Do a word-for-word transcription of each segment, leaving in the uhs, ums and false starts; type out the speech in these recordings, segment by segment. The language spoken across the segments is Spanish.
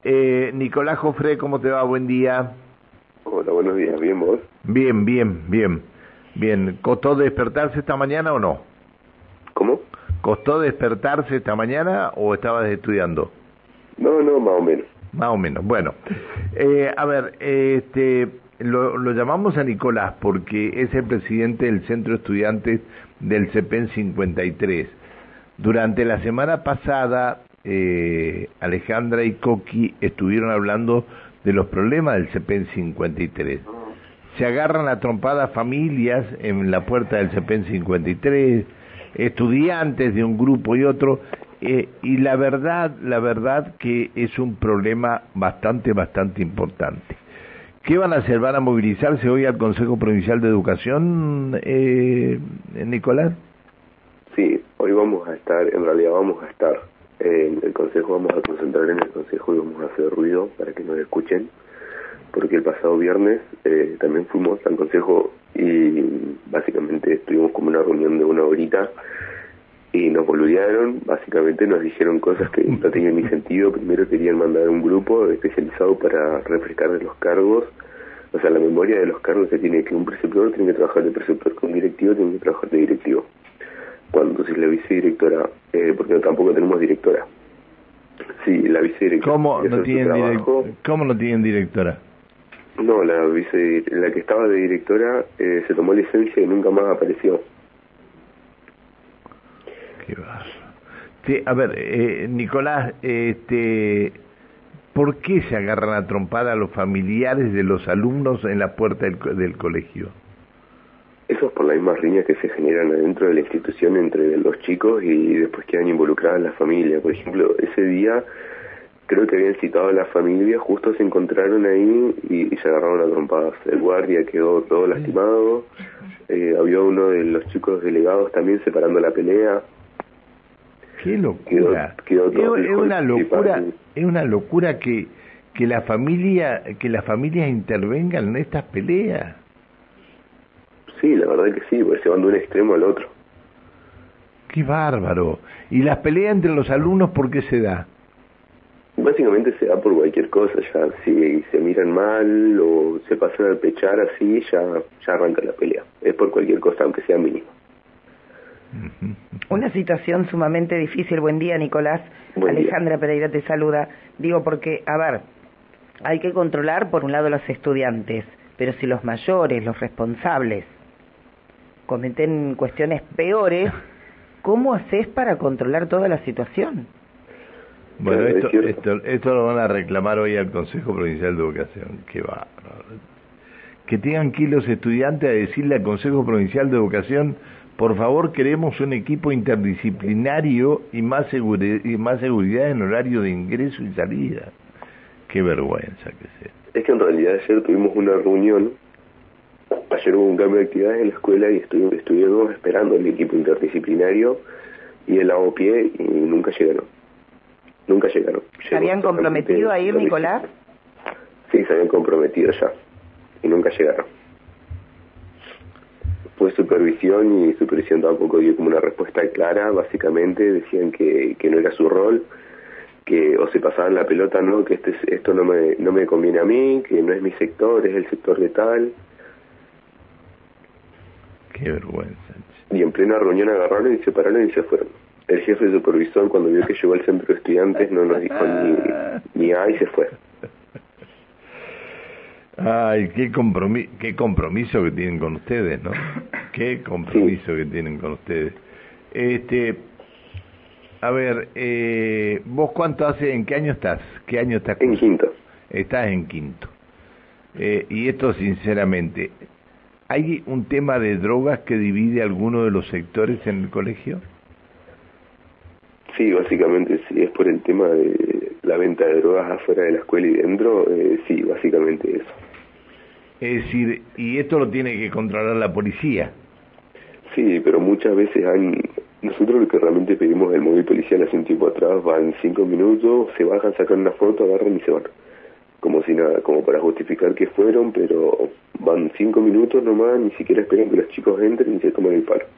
Eh, Nicolás Jofré, ¿cómo te va? Buen día. Hola, buenos días. ¿Bien vos? Bien, bien, bien. Bien. ¿Costó despertarse esta mañana o no? ¿Cómo? ¿Costó despertarse esta mañana o estabas estudiando? No, no, más o menos. Más o menos. Bueno, eh, a ver, este, lo, lo llamamos a Nicolás porque es el presidente del Centro de Estudiantes del CEPEN cincuenta y tres. Durante la semana pasada, eh, Alejandra y Coqui estuvieron hablando de los problemas del CEPEN cincuenta y tres. Se agarran a trompadas familias en la puerta del CEPEN cincuenta y tres, estudiantes de un grupo y otro, eh, y la verdad, la verdad que es un problema bastante, bastante importante. ¿Qué van a hacer? ¿Van a movilizarse hoy al Consejo Provincial de Educación, eh, Nicolás? Sí, hoy vamos a estar, en realidad vamos a estar en el Consejo, vamos a concentrar en el Consejo y vamos a hacer ruido para que nos escuchen, porque el pasado viernes eh, también fuimos al Consejo y básicamente estuvimos como una reunión de una horita y nos boludearon, básicamente nos dijeron cosas que no tenían ni sentido. Primero querían mandar un grupo especializado para refrescar los cargos, o sea, la memoria de los cargos que tiene que un preceptor tiene que trabajar de preceptor, con un directivo tiene que trabajar de directivo. Cuando si la vicedirectora, eh, porque tampoco tenemos directora, sí, la vicedirectora... ¿Cómo no tienen, trabajo, direct... ¿Cómo no tienen directora? No, la vice, la que estaba de directora eh, se tomó licencia y nunca más apareció. Qué barro. Sí, a ver, eh, Nicolás, este, ¿por qué se agarran a trompada a los familiares de los alumnos en la puerta del, del colegio? Eso es por las mismas riñas que se generan adentro de la institución entre los chicos y después quedan involucradas las familias. Por ejemplo, ese día creo que habían citado a la familia, justo se encontraron ahí y, y se agarraron a trompadas. El guardia quedó todo lastimado, eh, había uno de los chicos delegados también separando la pelea. Qué locura. Quedó, quedó es, es una locura, es una locura que que la familia, que las familias intervengan en estas peleas. Sí, la verdad que sí, porque se van de un extremo al otro. Qué bárbaro. ¿Y las peleas entre los alumnos por qué se da? Básicamente se da por cualquier cosa, ya si se miran mal o se pasan al pechar así, ya, ya arranca la pelea. Es por cualquier cosa, aunque sea mínima. Una situación sumamente difícil. Buen día, Nicolás. Buen Alejandra día. Pereira te saluda. Digo porque, a ver, hay que controlar por un lado a los estudiantes, pero si los mayores, los responsables, cometen cuestiones peores, ¿cómo haces para controlar toda la situación? Bueno, esto, esto, esto lo van a reclamar hoy al Consejo Provincial de Educación. Qué bárbaro. Que tengan que ir los estudiantes a decirle al Consejo Provincial de Educación: por favor, queremos un equipo interdisciplinario y más, segure, y más seguridad en horario de ingreso y salida. Qué vergüenza que sea. Es que en realidad ayer tuvimos una reunión, ayer hubo un cambio de actividades en la escuela y estuvimos, estuvimos esperando el equipo interdisciplinario y el lavapié y nunca llegaron. Nunca llegaron. ¿Se habían comprometido a ir, Nicolás? Sí, se habían comprometido ya y nunca llegaron. Fue supervisión y supervisión tampoco dio como una respuesta clara. Básicamente decían que, que no era su rol, que o se pasaban la pelota, no, que este esto no me no me conviene a mí, que no es mi sector, es el sector de tal. Qué vergüenza. Y en plena reunión agarraron y se pararon y se fueron. El jefe supervisor, cuando vio que llegó al centro de estudiantes, no nos dijo ni ni a y se fue. Ay, qué compromiso, qué compromiso que tienen con ustedes, ¿no? Qué compromiso sí. que tienen con ustedes. Este, a ver, eh, ¿vos cuánto hace, en qué año estás? ¿Qué año estás? En quinto. Estás en quinto. Eh, y esto, sinceramente, ¿hay un tema de drogas que divide alguno de los sectores en el colegio? Sí, básicamente sí, es por el tema de la venta de drogas afuera de la escuela y dentro, eh, sí, básicamente eso. Es decir, y esto lo tiene que controlar la policía. Sí, pero muchas veces han... Nosotros lo que realmente pedimos del móvil policial hace un tiempo atrás, van cinco minutos, se bajan, sacan una foto, agarran y se van. Como si nada, como para justificar que fueron, pero van cinco minutos nomás, ni siquiera esperan que los chicos entren y se tomen el paro.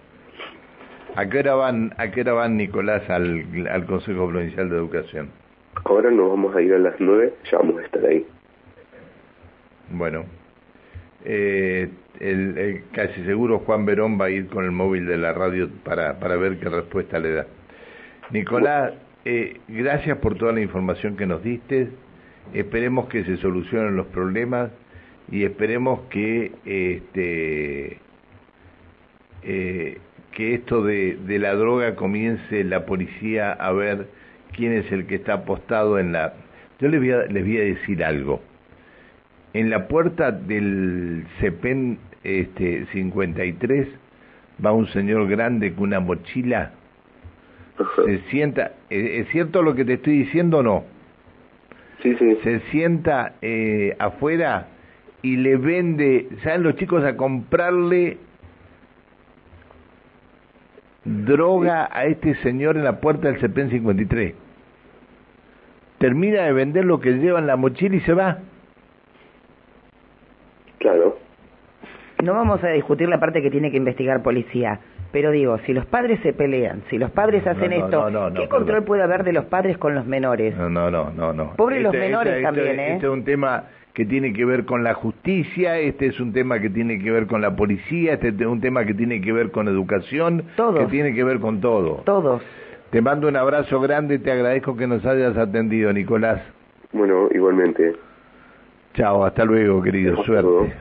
¿A qué hora van, a qué hora van Nicolás, al, al Consejo Provincial de Educación? Ahora nos vamos a ir a las nueve, ya vamos a estar ahí. Bueno, eh, el, el casi seguro Juan Verón va a ir con el móvil de la radio para, para ver qué respuesta le da. Nicolás, eh, gracias por toda la información que nos diste. Esperemos que se solucionen los problemas y esperemos que este eh, que esto de, de la droga comience la policía a ver quién es el que está apostado en la... Yo les voy a, les voy a decir algo. En la puerta del CEPEN este, cincuenta y tres va un señor grande con una mochila, se sienta, ¿es cierto lo que te estoy diciendo o no? Sí, sí. Se sienta eh, afuera y le vende, ¿saben los chicos a comprarle droga a este señor en la puerta del CEPEN cincuenta y tres? Termina de vender lo que lleva en la mochila y se va. Claro. No vamos a discutir la parte que tiene que investigar policía, pero digo, si los padres se pelean, si los padres hacen no, no, esto, no, no, no, ¿qué control perdón. puede haber de los padres con los menores? No, no, no, no, no. Pobres los Este- menores este- también, este- ¿eh? Este es un tema que tiene que ver con la justicia, este es un tema que tiene que ver con la policía, este es un tema que tiene que ver con educación, Todos. que tiene que ver con todo. Todos. Te mando un abrazo grande y te agradezco que nos hayas atendido, Nicolás. Bueno, igualmente. Chao, hasta luego, querido, Hasta luego. suerte.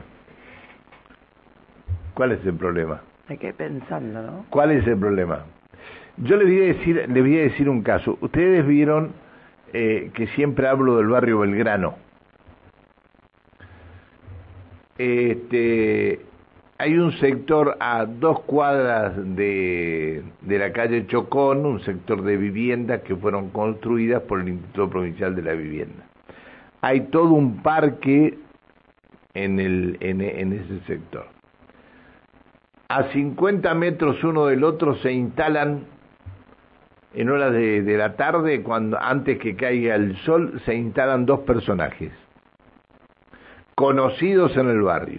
¿Cuál es el problema? Me quedé pensando, ¿no? ¿Cuál es el problema? Yo les voy a decir, les voy a decir un caso. Ustedes vieron eh, que siempre hablo del barrio Belgrano. Este, hay un sector a dos cuadras de, de la calle Chocón, un sector de viviendas que fueron construidas por el Instituto Provincial de la Vivienda. Hay todo un parque en, el, en, en ese sector. A cincuenta metros uno del otro se instalan en horas de, de la tarde, cuando antes que caiga el sol, se instalan dos personajes conocidos en el barrio.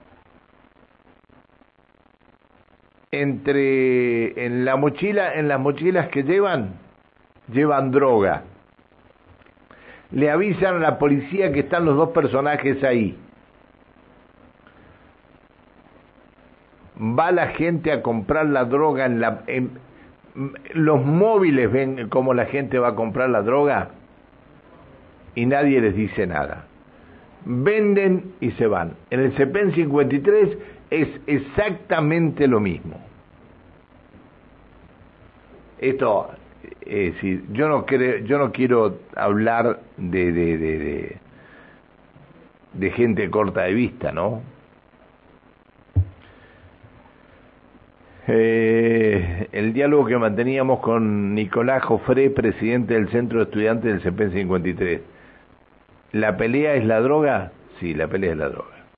Entre en la mochila, en las mochilas que llevan, llevan droga. Le avisan a la policía que están los dos personajes ahí. Va la gente a comprar la droga en la en, los móviles ven cómo la gente va a comprar la droga y nadie les dice nada. Venden y se van. En el CEPEN cincuenta y tres es exactamente lo mismo. Esto, es decir, yo no creo, yo no quiero hablar de de, de, de de gente corta de vista, ¿no? Eh, el diálogo que manteníamos con Nicolás Jofré, presidente del Centro de Estudiantes del CEPEN cincuenta y tres. ¿La pelea es la droga? Sí, la pelea es la droga.